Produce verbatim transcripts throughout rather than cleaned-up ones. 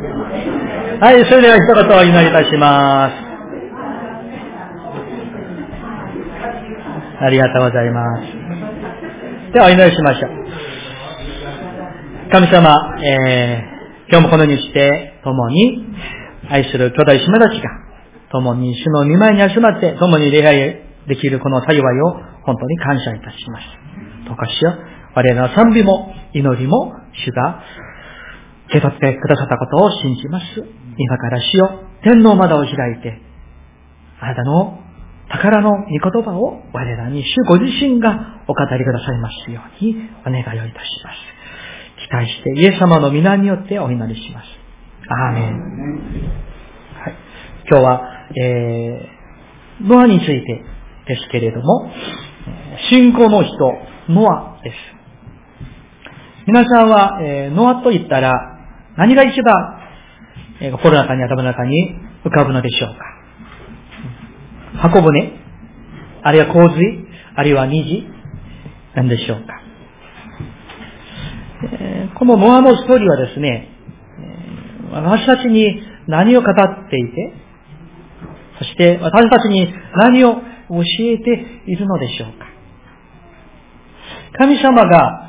はい、それでは一言お祈りいたします。ありがとうございます。ではお祈りしましょう。神様、えー、今日もこのようにして共に愛する兄弟姉妹たちが共に主の御前に集まって共に礼拝できるこの幸いを本当に感謝いたします。どうかしよう。我らの賛美も祈りも主が受け取ってくださったことを信じます。今から主よ、天の窓を開いて、あなたの宝の御言葉を我らに主ご自身がお語りくださいますようにお願いをいたします。期待してイエス様の皆によってお祈りします。アーメン。はい、今日は、えー、ノアについてですけれども、信仰の人、ノアです。皆さんは、えー、ノアと言ったら何が一番、えー、心の中に頭の中に浮かぶのでしょうか。箱舟、あるいは洪水、あるいは虹、なんでしょうか。えー、このノアのストーリーはですね、えー、私たちに何を語っていて、そして私たちに何を教えているのでしょうか。神様が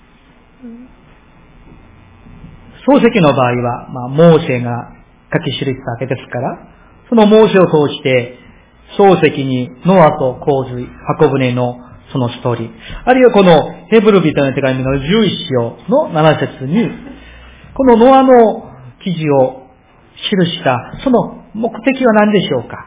漱石の場合は、まあ、モーセが書き記したわけですから、そのモーセを通して、漱石にノアと洪水、箱舟のそのストーリー、あるいはこのヘブル人の手紙のじゅういち章のなな節に、このノアの記事を記したその目的は何でしょうか。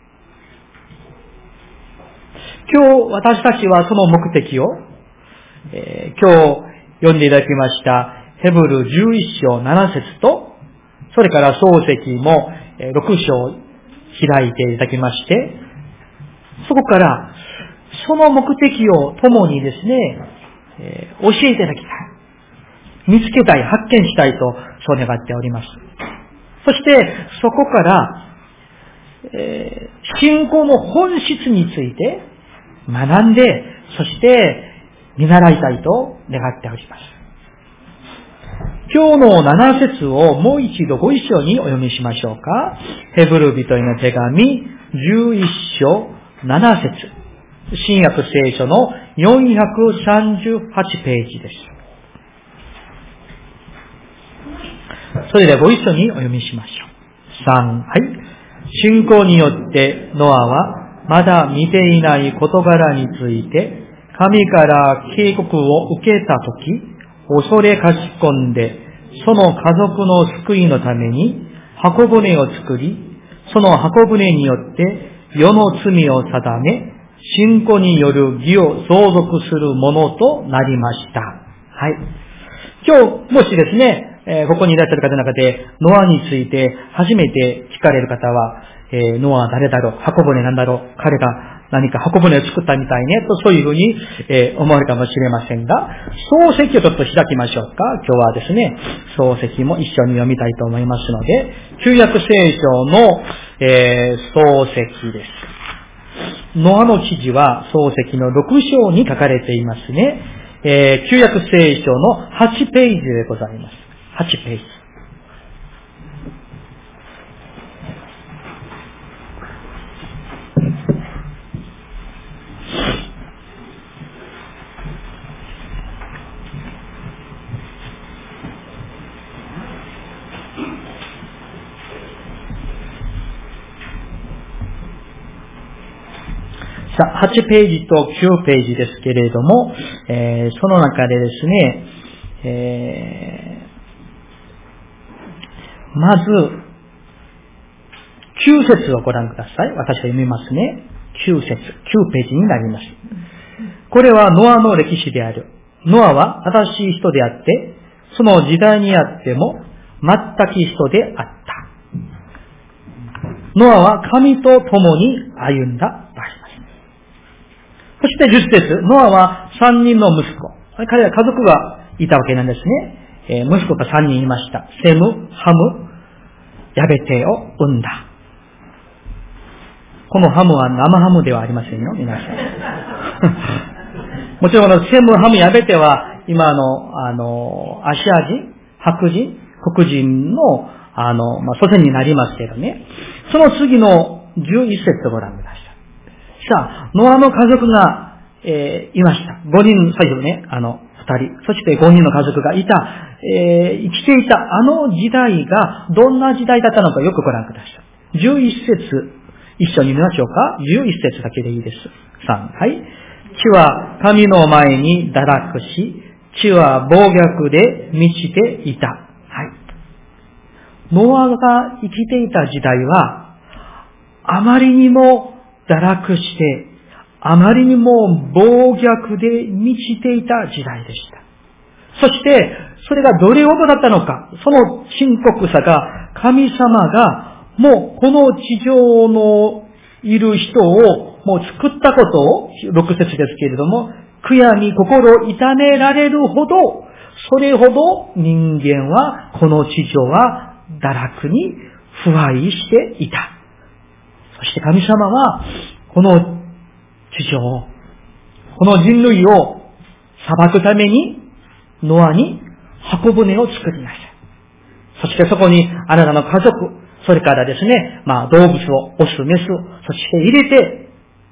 今日私たちはその目的を、えー、今日読んでいただきましたヘブルじゅういち章なな節と、それから漱石もろく章開いていただきまして、そこからその目的を共にですね、えー、教えていただきたい。見つけたい、発見したいと、そう願っております。そして、そこから、えー、信仰の本質について学んで、そして見習いたいと願っております。今日のなな節をもう一度ご一緒にお読みしましょうか。ヘブル人への手紙じゅういち章なな節。新約聖書のよんひゃくさんじゅうはちページです。それではご一緒にお読みしましょう。さん、はい。信仰によってノアはまだ見ていない事柄について神から警告を受けたとき、恐れかしこんで、その家族の救いのために箱舟を作り、その箱舟によって世の罪を定め、信仰による義を相続するものとなりました。はい。今日、もしですね、えー、ここにいらっしゃる方の中で、ノアについて初めて聞かれる方は、えー、ノアは誰だろう、箱舟なんだろう、彼が何か箱舟を作ったみたいね、とそういうふうに、えー、思われるかもしれませんが、漱石をちょっと開きましょうか。今日はですね、漱石も一緒に読みたいと思いますので、旧約聖書の、えー、漱石です。ノアの記事は漱石のろく章に書かれていますね。えー、旧約聖書のはちページでございます。はちページ。さあ、はちページときゅうページですけれども、えー、その中でですね、えー、まず、きゅう節をご覧ください。私が読みますね。きゅう節、きゅうページになります。これはノアの歴史である。ノアは正しい人であって、その時代にあっても全く人であった。ノアは神と共に歩んだ場合。そしてじゅっ節、ノアはさんにんの息子。彼は家族がいたわけなんですね。えー、息子がさんにんいました。セム、ハム、ヤベテを産んだ。このハムは生ハムではありませんよ、皆さん。もちろん、セム、ハム、ヤベテは、今の、あの、アシア人、白人、 黒人の、あの、まあ、祖先になりますけどね。その次のじゅういっ節をご覧ください。さあ、ノアの家族が、えー、いました。ごにん、最初ね、あの、ふたり、そしてごにんの家族がいた、えー、生きていたあの時代がどんな時代だったのかよくご覧ください。じゅういっ節、一緒に見ましょうか。じゅういっ節だけでいいです。さん、はい。地は神の前に堕落し、地は暴虐で満ちていた。はい。ノアが生きていた時代は、あまりにも堕落して、あまりにも暴虐で満ちていた時代でした。そして、それがどれほどだったのか、その深刻さが、神様がもうこの地上のいる人をもう作ったことを、ろく節ですけれども、悔やみ心を痛められるほど、それほど人間はこの地上は堕落に腐敗していた。そして神様はこの地上、この人類を裁くためにノアに箱舟を作りました。そしてそこにあなたの家族、それからですね、まあ動物を、オス、メス、そして入れて、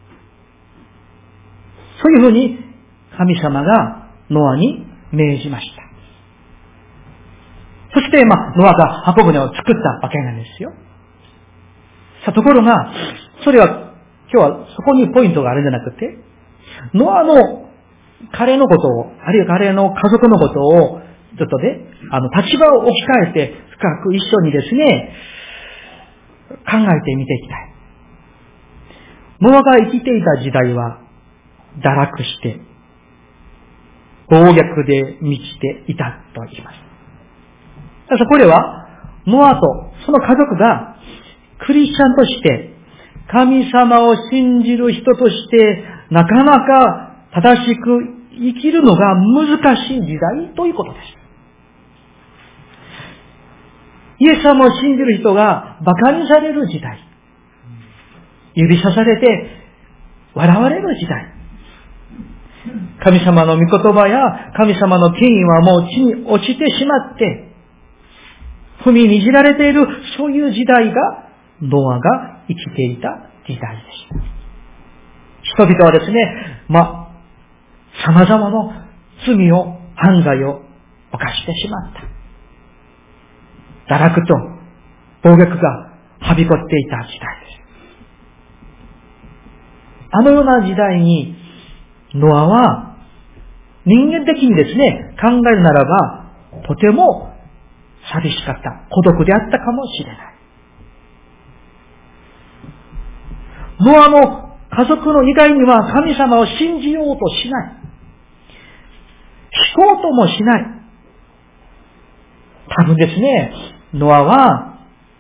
そういうふうに神様がノアに命じました。そして、まあ、ノアが箱舟を作ったわけなんですよ。さあ、ところが、それは、今日はそこにポイントがあるんじゃなくて、ノアの彼のことを、あるいは彼の家族のことを、ちょっとね、あの、立場を置き換えて、深く一緒にですね、考えてみていきたい。ノアが生きていた時代は、堕落して、暴虐で満ちていたと言います。ただこれは、ノアとその家族が、クリスチャンとして、神様を信じる人として、なかなか正しく生きるのが難しい時代ということです。イエス様を信じる人が馬鹿にされる時代。指さされて笑われる時代。神様の御言葉や神様の権威はもう地に落ちてしまって、踏みにじられている、そういう時代が、ノアが生きていた時代でした。人々はですね、まあ、様々な罪を、犯罪を犯してしまった。堕落と暴虐がはびこっていた時代です。あのような時代に、ノアは人間的にですね、考えるならば、とても寂しかった、孤独であったかもしれない。ノアの家族の以外には神様を信じようとしない。聞こうともしない。多分ですね、ノアは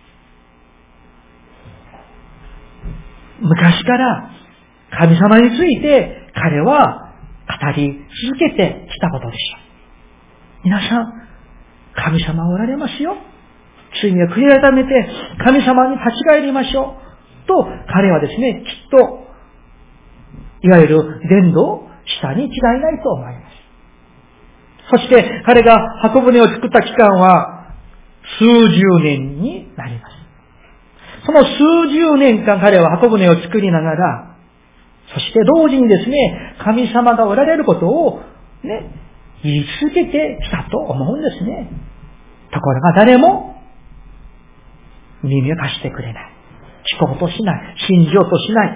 昔から神様について彼は語り続けてきたことでしょう。皆さん、神様おられますよ。罪を悔い改めて神様に立ち返りましょう。と彼はですね、きっといわゆる伝道したに違いないと思います。そして彼が箱舟を作った期間は数十年になります。その数十年間彼は箱舟を作りながら、そして同時にですね、神様がおられることをね、言い続けてきたと思うんですね。ところが誰も耳を貸してくれない。聞こうとしない。信じようとしない。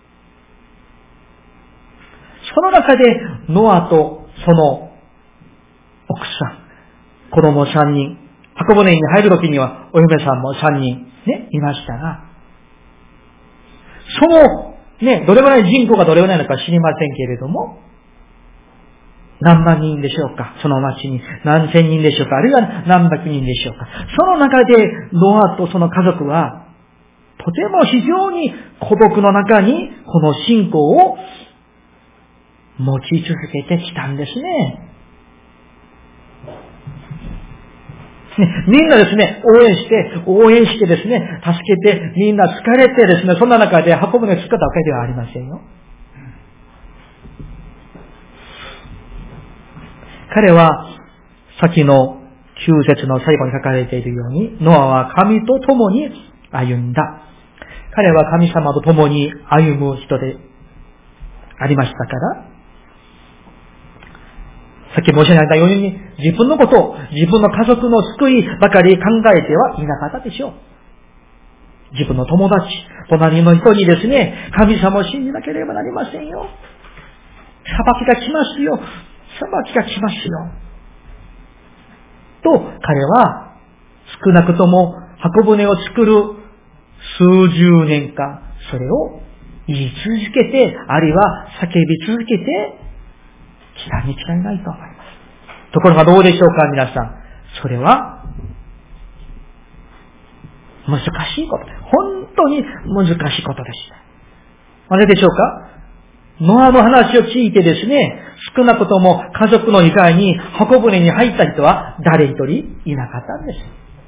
その中でノアとその奥さん、子供三人、箱舟に入るときにはお嫁さんも三人ね、いましたが、そのね、どれぐらい人口がどれぐらいなのか知りませんけれども、何万人でしょうか、その町に何千人でしょうか、あるいは何百人でしょうか。その中でノアとその家族はとても非常に孤独の中にこの信仰を持ち続けてきたんですね。ね、みんなですね、応援して、応援してですね、助けて、みんな疲れてですね、そんな中で箱舟を作ったわけではありませんよ。彼は、先のきゅう節の最後に書かれているように、ノアは神と共に歩んだ。彼は神様と共に歩む人でありましたから、さっき申し上げたように、自分のこと、自分の家族の救いばかり考えてはいなかったでしょう。自分の友達、隣の人にですね、神様を信じなければなりませんよ。裁きが来ますよ。裁きが来ますよ。と、彼は少なくとも箱舟を作る数十年間、それを言い続けて、あるいは叫び続けて、きたに違いないと思います。ところがどうでしょうか、皆さん。それは、難しいことです。本当に難しいことでした。なぜでしょうか？ノアの話を聞いてですね、少なくとも家族の以外に箱舟に入った人は誰一人いなかったんです。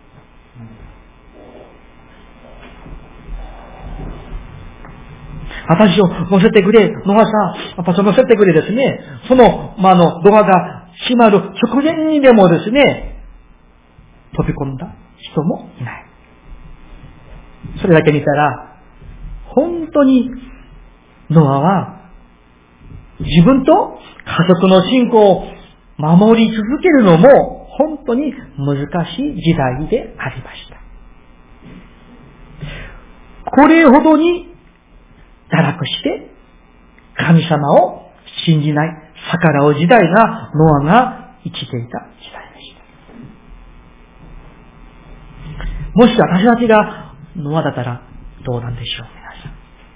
私を乗せてくれ、ノアさん、私を乗せてくれですね、その、まあ、の、ドアが閉まる直前にでもですね、飛び込んだ人もいない。それだけ見たら、本当にノアは自分と家族の信仰を守り続けるのも本当に難しい時代でありました。これほどに堕落して神様を信じない逆らう時代がノアが生きていた時代でした。もし私たちがノアだったらどうなんでしょう、皆さん。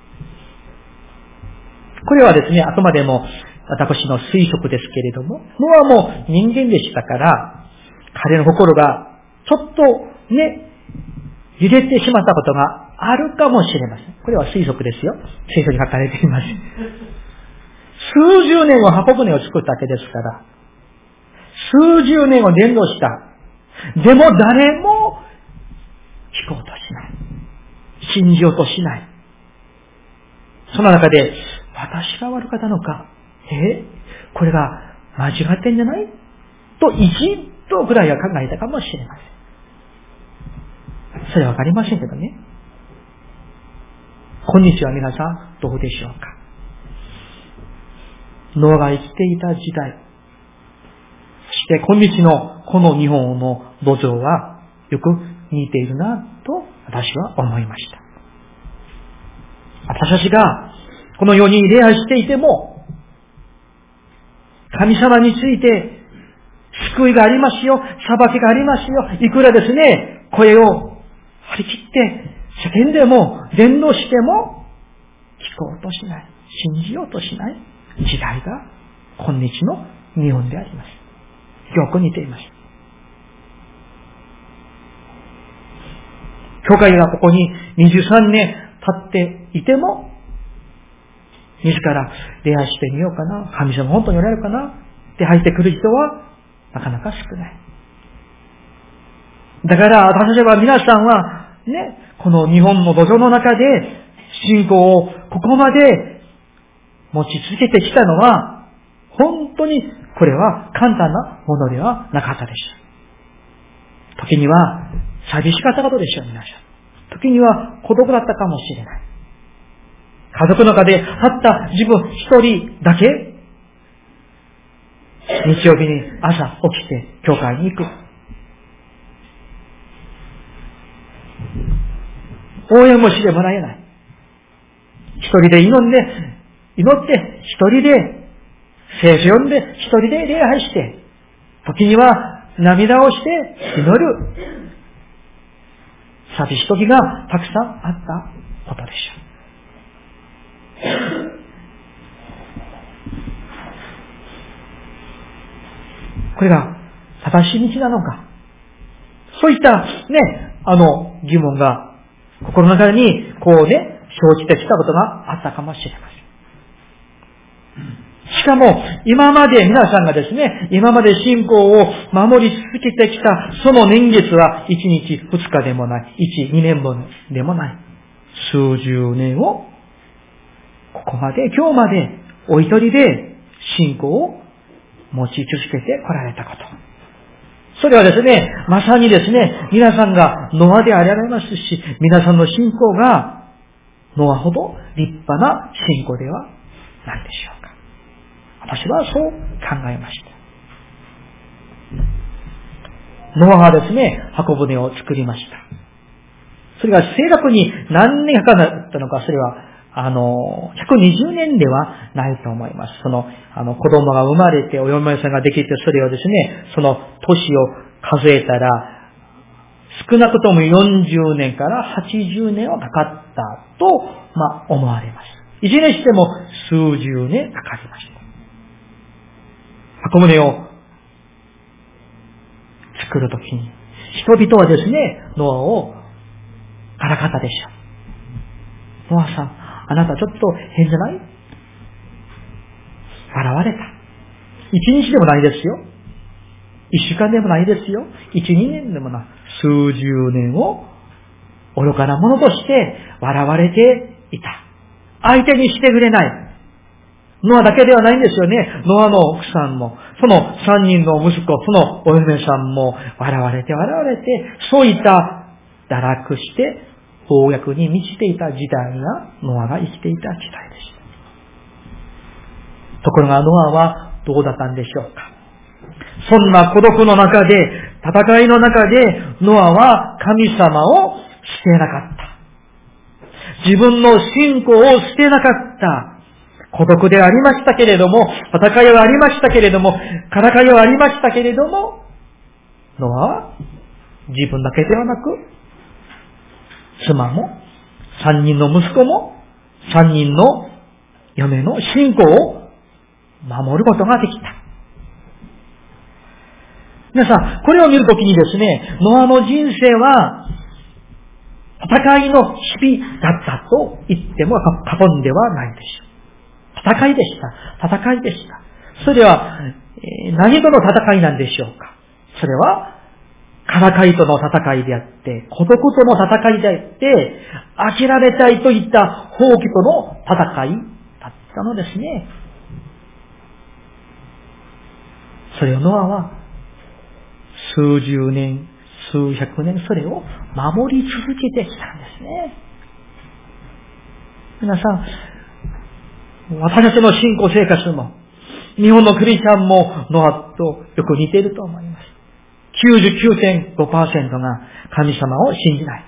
これはですね、あくまでも私の推測ですけれども、ノアも人間でしたから、彼の心がちょっとね、揺れてしまったことがあるかもしれません。これは推測ですよ。聖書に書かれています。数十年を箱舟を作ったわけですから、数十年を伝道した。でも誰も聞こうとしない。信じようとしない。その中で、私が悪かったのか、えこれが間違ってんじゃないと一度ぐらいは考えたかもしれません。それはわかりませんけどね。今日は皆さんどうでしょうか。ノアが生きていた時代、そして今日のこの日本の土壌はよく似ているなと私は思いました。私たちがこの世に礼拝していても、神様について救いがありますよ、裁きがありますよ、いくらですね、声を張り切って叫んでも、伝道しても、聞こうとしない、信じようとしない時代が今日の日本であります。よく似ています。教会がここににじゅうさんねん経っていても、自ら礼拝してみようかな、神様本当におられるかなって入ってくる人はなかなか少ない。だから私たちは皆さんはね、この日本の土壌の中で信仰をここまで持ち続けてきたのは本当にこれは簡単なものではなかったでしょう。時には寂しかったことでしょう、皆さん。時には孤独だったかもしれない。家族の中でたった自分一人だけ日曜日に朝起きて教会に行く。応援もしてもらえない。一人で祈んで、祈って、一人で聖書読んで、一人で礼拝して、時には涙をして祈る。寂しい時がたくさんあったことでしょう。これが正しい道なのか。そういったね、あの疑問が心の中にこうね、生じてきたことがあったかもしれません。しかも、今まで皆さんがですね、今まで信仰を守り続けてきたその年月はいちにちふつかでもない、いち、にねんぶんでもない、数十年をここまで、今日までお一人で信仰を持ち続けて来られたこと。 それはですね、まさにですね、皆さんがノアであられますし、皆さんの信仰がノアほど立派な信仰ではないでしょうか。私はそう考えました。ノアがですね、箱舟を作りました。それが正確に何年かかったのか、それは、あの、ひゃくにじゅうねんではないと思います。その、あの、子供が生まれて、お嫁さんができて、それをですね、その年を数えたら、少なくともよんじゅうねんからはちじゅうねんはかかったと、まあ、思われます。いずれにしても数十年かかりました。箱舟を作るときに、人々はですね、ノアをからかったでしょう。ノアさん、あなたちょっと変じゃない？笑われた。一日でもないですよ。一週間でもないですよ。一、二年でもない。数十年を愚かなものとして笑われていた。相手にしてくれない。ノアだけではないんですよね。ノアの奥さんも、その三人の息子、そのお嫁さんも笑われて笑われて、そういった堕落して暴虐に満ちていた時代がノアが生きていた時代でした。ところがノアはどうだったんでしょうか。そんな孤独の中で、戦いの中で、ノアは神様を捨てなかった。自分の信仰を捨てなかった。孤独でありましたけれども、戦いはありましたけれども、からかいはありましたけれども、ノアは自分だけではなく、妻も、三人の息子も、三人の嫁の信仰を守ることができた。皆さん、これを見るときにですね、ノアの人生は、戦いの日々だったと言っても過言ではないでしょう。戦いでした。戦いでした。それは、えー、何との戦いなんでしょうか。それは、からかいとの戦いであって、孤独との戦いであって、飽きられたいといった放棄との戦いだったのですね。それをノアは、数十年、数百年、それを守り続けてきたんですね。皆さん、私たちの信仰生活も、日本のクリスチャンもノアとよく似ていると思います。きゅうじゅうきゅうてんごパーセント が神様を信じない。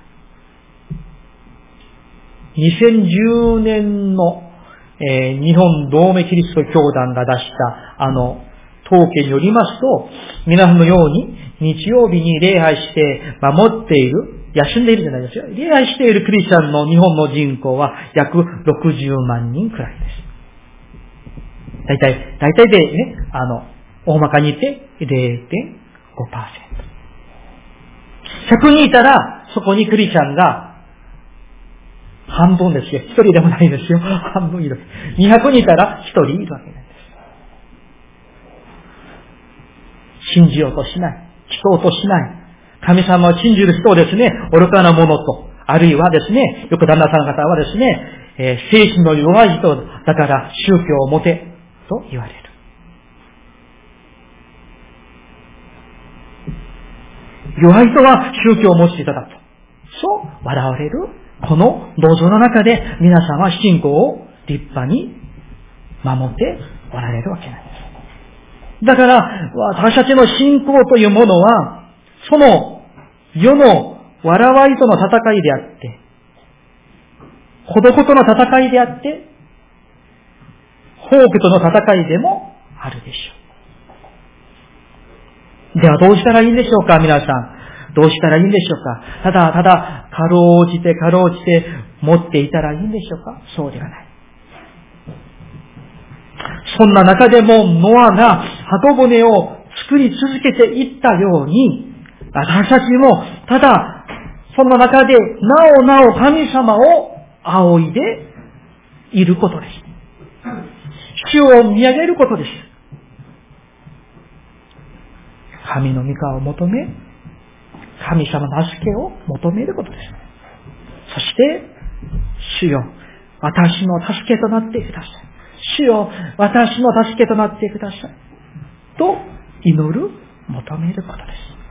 にせんじゅうねんの、えー、日本同盟キリスト教団が出したあの統計によりますと、皆さんのように日曜日に礼拝して守っている、休んでいるじゃないですよ。礼拝しているクリスチャンの日本の人口は約ろくじゅうまんにんくらいです。大体、大体でね、あの、大まかに言って れいてんごパーセント。ひゃくにんいたら、そこにクリスチャンが半分ですよ。ひとりでもないですよ。半分いる。にひゃくにんいたらひとりいるわけなんです。信じようとしない。聞こうとしない。神様を信じる人をですね、愚かなものと、あるいはですね、よく旦那さん方はですね、えー、精神の弱い人だから宗教を持てと言われる。弱い人は宗教を持つ人だと。そう笑われる。この銅像の中で皆さんは信仰を立派に守っておられるわけなんです。だから、私たちの信仰というものは、その世の笑いとの戦いであって、孤独との戦いであって、放棄との戦いでもあるでしょう。ではどうしたらいいんでしょうか、皆さん。どうしたらいいんでしょうか。ただ、ただ、かろうじて、かろうじて持っていたらいいんでしょうか。そうではない。そんな中でもノアが箱舟を作り続けていったように、私たちもただその中でなおなお神様を仰いでいることです。主を見上げることです。神の御顔を求め、神様の助けを求めることです。そして主よ、私の助けとなってください。主よ、私の助けとなってください。と祈る、求めることです。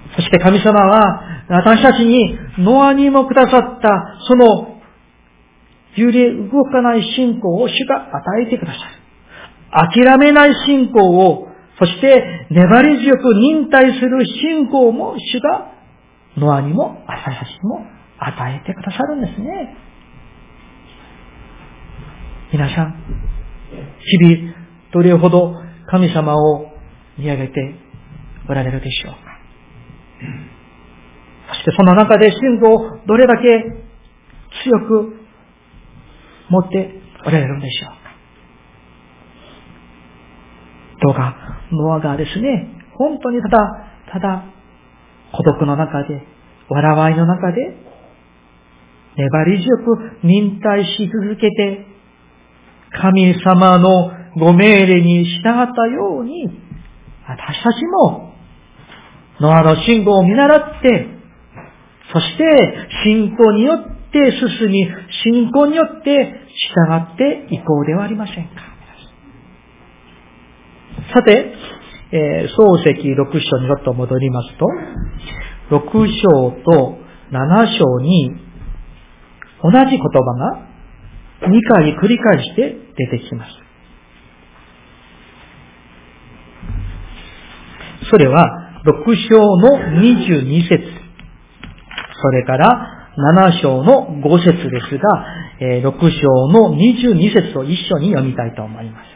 そして神様は私たちにノアにもくださったその揺れ動かない信仰を主が与えてくださる。諦めない信仰を、そして粘り強く忍耐する信仰も主がノアにも私たちにも与えてくださるんですね。皆さん、日々どれほど神様を見上げておられるでしょうか。そしてその中で信仰をどれだけ強く持っておられるんでしょうか。どうかノアがですね、本当にただただ孤独の中で、笑いの中で粘り強く忍耐し続けて神様のご命令に従ったように、私たちもノアの信仰を見習って、そして信仰によって進み、信仰によって従っていこうではありませんか。さて、えー、創世記ろく章にちょっと戻りますと、ろく章となな章に同じ言葉がにかい繰り返して出てきます。それはろく章のにじゅうに節、それからなな章のご節ですが、えー、ろく章のにじゅうに節を一緒に読みたいと思います。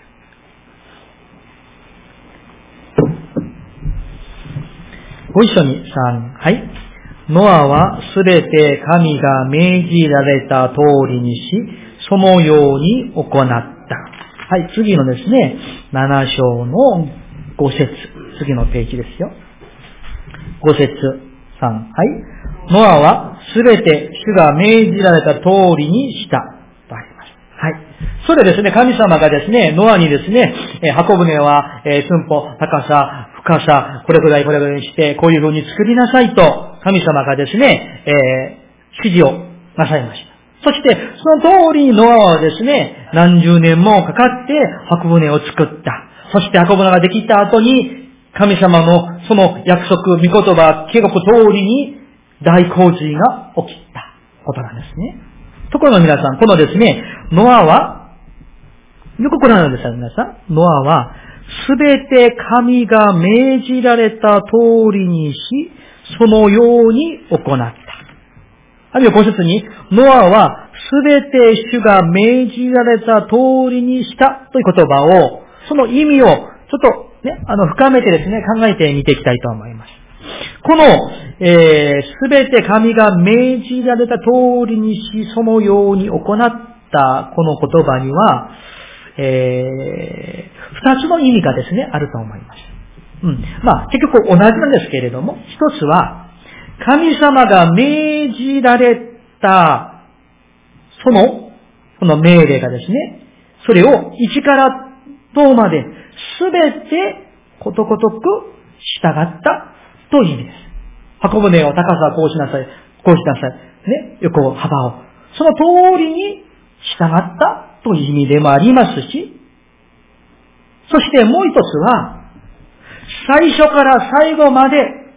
ご一緒にさん、はい。ノアはすべて神が命じられた通りにし、そのように行った。はい、次のですね、なな章のご節、次のページですよ。ご節、さん、はい。ノアはすべて主が命じられた通りにした。とあります。はい。それですね、神様がですね、ノアにですね、箱舟は、えー、寸歩、高さ、深さ、これくらいこれくらいにして、こういう風に作りなさいと、神様がですね、えー、指示をなさいました。そして、その通りにノアはですね、何十年もかかって箱舟を作った。そして箱舟ができた後に、神様のその約束、御言葉、計画通りに大洪水が起きたことなんですね。ところが皆さん、このですね、ノアは、よくご覧なんですよ、皆さん。ノアは、すべて神が命じられた通りにし、そのように行った。あるいはご節に、ノアはすべて主が命じられた通りにしたという言葉を、その意味をちょっとね、あの、深めてですね、考えてみていきたいと思います。この、えー、すべて神が命じられた通りにし、そのように行ったこの言葉には、えー、二つの意味がですね、あると思います。うん。まあ、結局同じなんですけれども、一つは、神様が命じられた、その、この命令がですね、それを一から十まで、すべてことごとく従ったという意味です。箱舟を高さをこうしなさい、こうしなさい、ね、横幅を。その通りに従ったという意味でもありますし、そしてもう一つは、最初から最後まで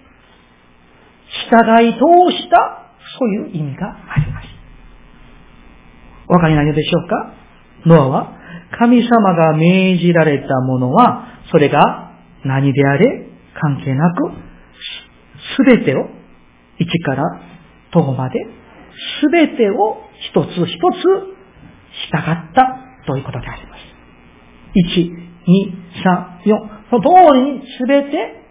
従い通した、そういう意味があります。お分かりになるでしょうか？ノアは、神様が命じられたものは、それが何であれ関係なく、すべてを一から十まで、すべてを一つ一つ従ったということであります。いち、に、さん、よん、その通りにすべて従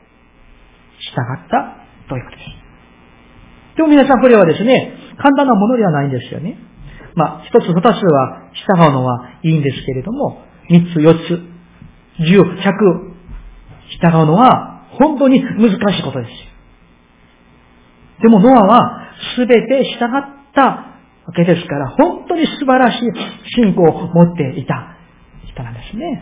ったということです。でも皆さんこれはですね、簡単なものではないんですよね。まあ、一つ二つは従うのはいいんですけれども、三つ、四つ、十、百、従うのは本当に難しいことです。でもノアはすべて従ったわけですから、本当に素晴らしい信仰を持っていた人なんですね。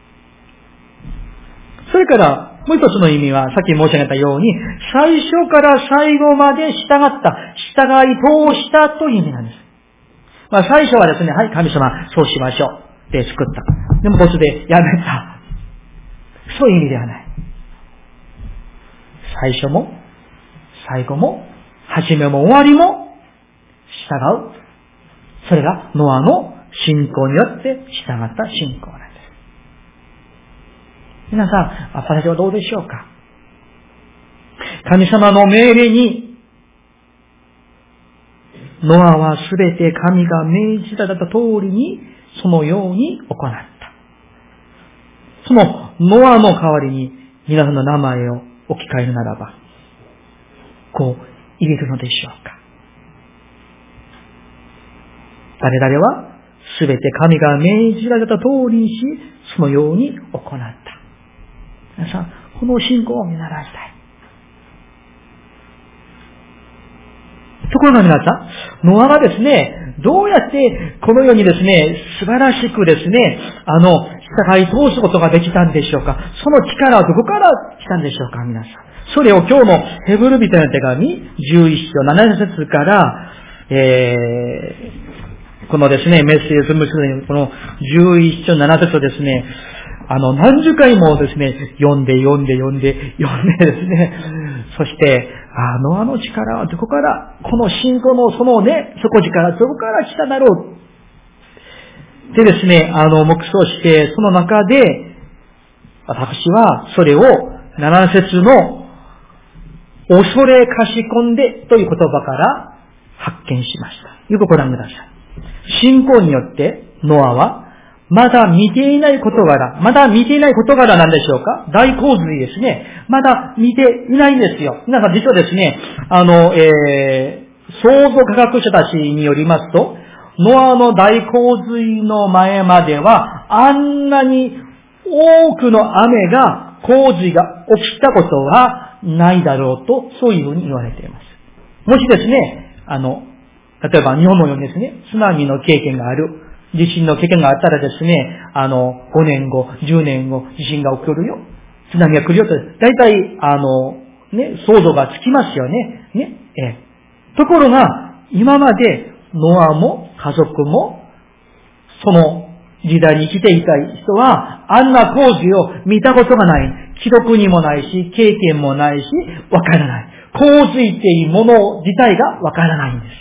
それからもう一つの意味は、さっき申し上げたように、最初から最後まで従った、従い通したという意味なんです。まあ最初はですね、はい、神様、そうしましょう。で作った。でも途中でやめた。そういう意味ではない。最初も、 最後も、始めも終わりも、従う。それがノアの信仰によって従った信仰なんです。皆さん、私はどうでしょうか？神様の命令に、ノアはすべて神が命じられた通りに、そのように行った。そのノアの代わりに、皆さんの名前を置き換えるならば、こう入れるのでしょうか？誰々はすべて神が命じられた通りにし、そのように行った。皆さん、この信仰を見習いたい。ところが皆さん、ノアがですね、どうやってこのようにですね、素晴らしくですね、あの、戦い通すことができたんでしょうか？その力はどこから来たんでしょうか、皆さん。それを今日のヘブル人の手紙、じゅういっ章なな節から、えー、このですね、メッセージムスに、このじゅういっ章なな節をですね、あの、何十回もですね、読んで読んで読んで読んでですね、そして、あの、あの力はどこから、この信仰のそのね、底力どこから来ただろう。でですね、あの、黙想して、その中で、私はそれをなな節の恐れかしこんでという言葉から発見しました。よくご覧ください。信仰によってノアはまだ見ていない事柄、まだ見ていない事柄なんでしょうか？大洪水ですね。まだ見ていないんですよ。皆さん実はですね、あの、えー、創造科学者たちによりますと、ノアの大洪水の前までは、あんなに多くの雨が、洪水が起きたことはないだろうと、そういうふうに言われています。もしですね、あの、例えば日本のようにですね、津波の経験がある、地震の経験があったらですね、あの、ごねんご、じゅうねんご、地震が起こるよ。津波が来るよと、大体、あの、ね、想像がつきますよね。ね。ええ。ところが、今まで、ノアも家族も、その時代に生きていた人は、あんな洪水を見たことがない。記録にもないし、経験もないし、わからない。洪水っていうもの自体がわからないんです。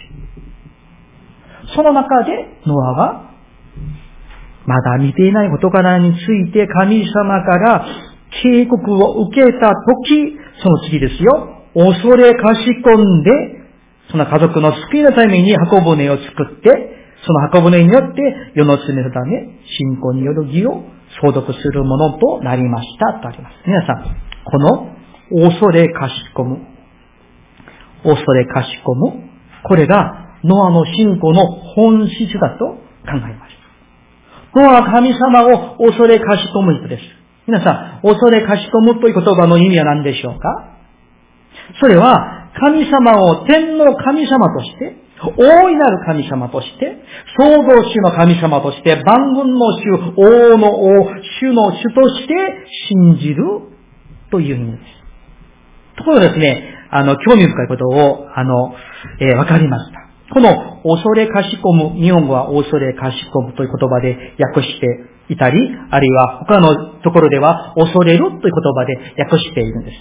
その中で、ノアは、まだ見ていない事柄について神様から警告を受けたとき、その次ですよ。恐れかしこんで、その家族の救いのために箱舟を作って、その箱舟によって世の常のため、信仰による義を相続するものとなりましたとあります。皆さん、この恐れかしこむ、恐れかしこむ、これがノアの信仰の本質だと考えます。ノアは神様を恐れかしこむ人です。皆さん、恐れかしこむという言葉の意味は何でしょうか？それは、神様を天の神様として、大いなる神様として、創造主の神様として、万軍の主、王の王、主の主として信じるという意味です。ところがですね、あの、興味深いことを、あの、えー、わかりました。この恐れかしこむ、日本語は恐れかしこむという言葉で訳していたり、あるいは他のところでは恐れるという言葉で訳しているんです。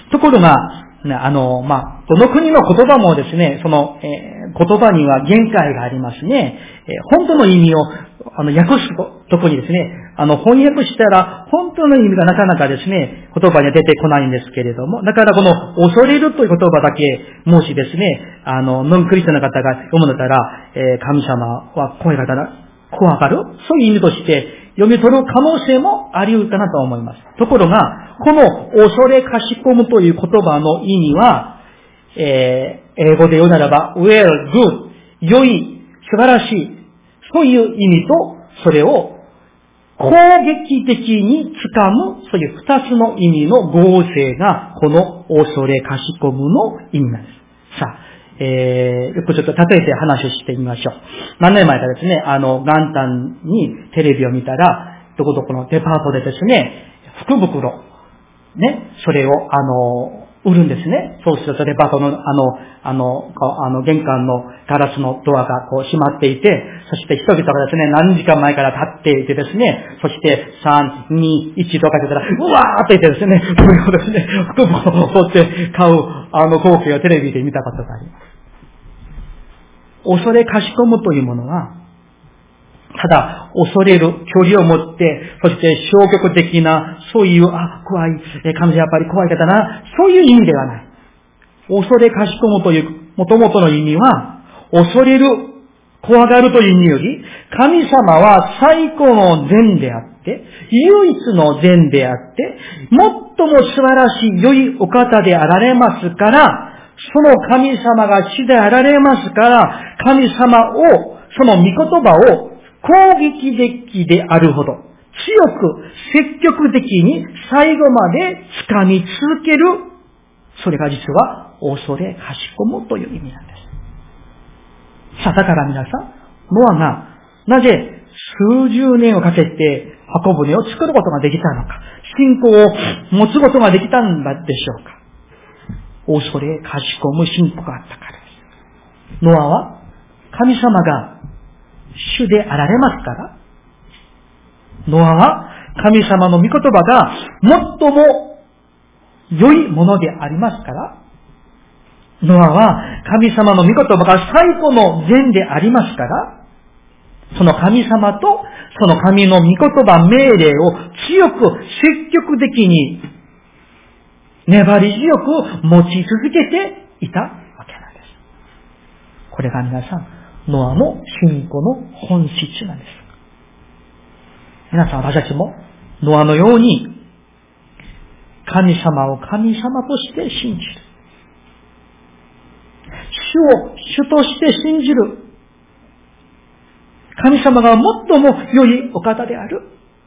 ところが、あの、まあ、どの国の言葉もですね、その、えー、言葉には限界がありますね。えー、本当の意味を、あの、訳すとこにですね、あの、翻訳したら、本当の意味がなかなかですね、言葉には出てこないんですけれども、だからこの、恐れるという言葉だけ、もしですね、あの、ノンクリスチャンの方が読むのだったら、えー、神様は怖い方だ、怖がる、そういう意味として、読み取る可能性もあり得るかなと思います。ところが、この恐れかしこむという言葉の意味は、えー、英語で言うならば、well, good, 良い、素晴らしい、そういう意味と、それを攻撃的に掴む、そういう二つの意味の合成が、この恐れかしこむの意味なんです。さあ、えー、よくちょっと例えて話をしてみましょう。何年前かですね、あの、元旦にテレビを見たら、どこどこのデパートでですね、福袋、ね、それを、あの、売るんですね。そうするとデパートの、あの、あの、あの、玄関のガラスのドアがこう閉まっていて、そして人々がですね、何時間前から立っていてですね、そしてさん、に、いちとか言ったら、うわーって言ってですね、それをですね、福袋を取って買うあの光景をテレビで見たことがあります。恐れかしこむというものは、ただ恐れる距離を持って、そして消極的な、そういう、あ、怖い、神様やっぱり怖い方な、そういう意味ではない。恐れかしこむという、もともとの意味は、恐れる、怖がるという意味より、神様は最高の善であって、唯一の善であって、最も素晴らしい良いお方であられますから、その神様が主であられますから、神様を、その御言葉を攻撃的であるほど、強く積極的に最後まで掴み続ける、それが実は恐れかしこむという意味なんです。さあ、だから皆さん、ノアがなぜ数十年をかけて箱舟を作ることができたのか、信仰を持つことができたんだでしょうか。恐れかしこむ信仰があったからです。ノアは神様が主であられますから、ノアは神様の御言葉が最も良いものでありますから、ノアは神様の御言葉が最古の善でありますから、その神様とその神の御言葉命令を強く積極的に粘り強く持ち続けていたわけなんです。これが皆さん、ノアの信仰の本質なんです。皆さん、私たちもノアのように神様を神様として信じる。主を主として信じる。神様が最も良いお方である。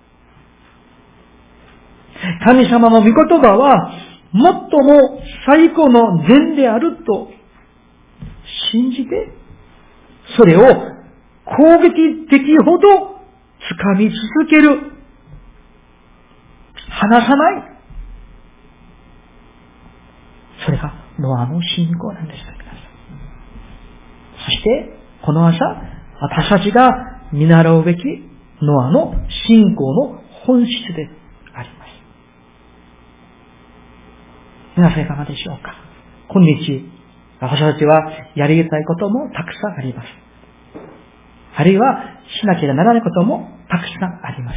神様の御言葉は最も最高の善であると信じて、それを攻撃的ほど掴み続ける。離さない。それがノアの信仰なんです。そして、この朝、私たちが見習うべきノアの信仰の本質であります。皆さんいかがでしょうか。今日、私たちはやりたいこともたくさんあります。あるいはしなければならないこともたくさんあります。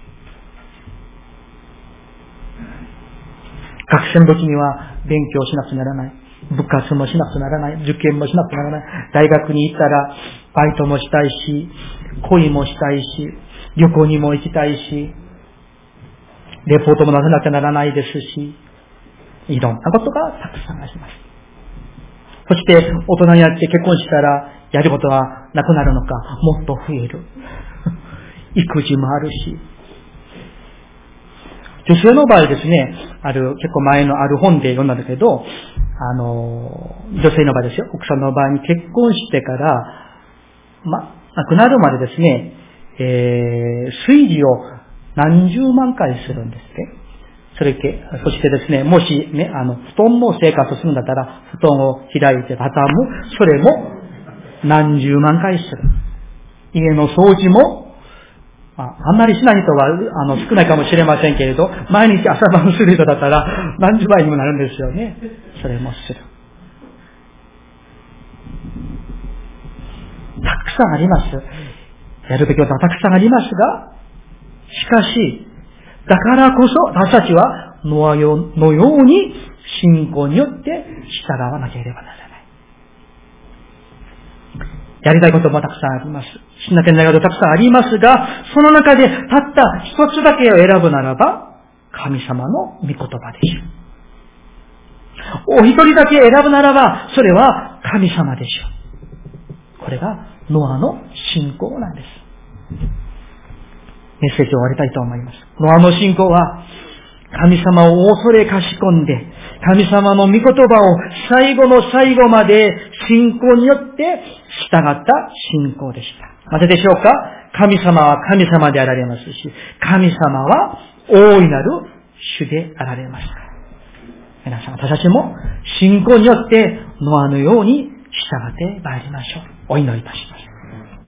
学生の時には勉強しなくならない。部活もしなくならない。受験もしなくならない。大学に行ったらバイトもしたいし、恋もしたいし、旅行にも行きたいし、レポートもなさなきゃならないですし、いろんなことがたくさんあります。そして大人になって結婚したらやることがなくなるのか、もっと増える。育児もあるし。女性の場合ですね、ある、結構前のある本で読んだんだけど、あの、女性の場合ですよ、奥さんの場合に結婚してから、ま、亡くなるまでですね、えー、推理を何十万回するんですね。それけ、そしてですね、もしね、あの、布団も生活するんだったら、布団を開いて畳む、それも何十万回する。家の掃除も、まあ、あんまりしない人は、あの、少ないかもしれませんけれど、毎日朝晩する人だったら、何十倍にもなるんですよね。それもする。たくさんあります。やるべきことはたくさんありますが、しかし、だからこそ、私たちは、ノアのように、信仰によって従わなければならない。やりたいこともたくさんあります。しなきゃならないことたくさんありますが、その中でたった一つだけを選ぶならば、神様の御言葉でしょう。お一人だけ選ぶならば、それは神様でしょう。これがノアの信仰なんです。メッセージを終わりたいと思います。ノアの信仰は、神様を恐れかしこんで、神様の御言葉を最後の最後まで信仰によって従った信仰でした。なぜでしょうか？神様は神様であられますし、神様は大いなる主であられます。皆さん、私たちも信仰によってノアのように従ってまいりましょう。お祈りいたします。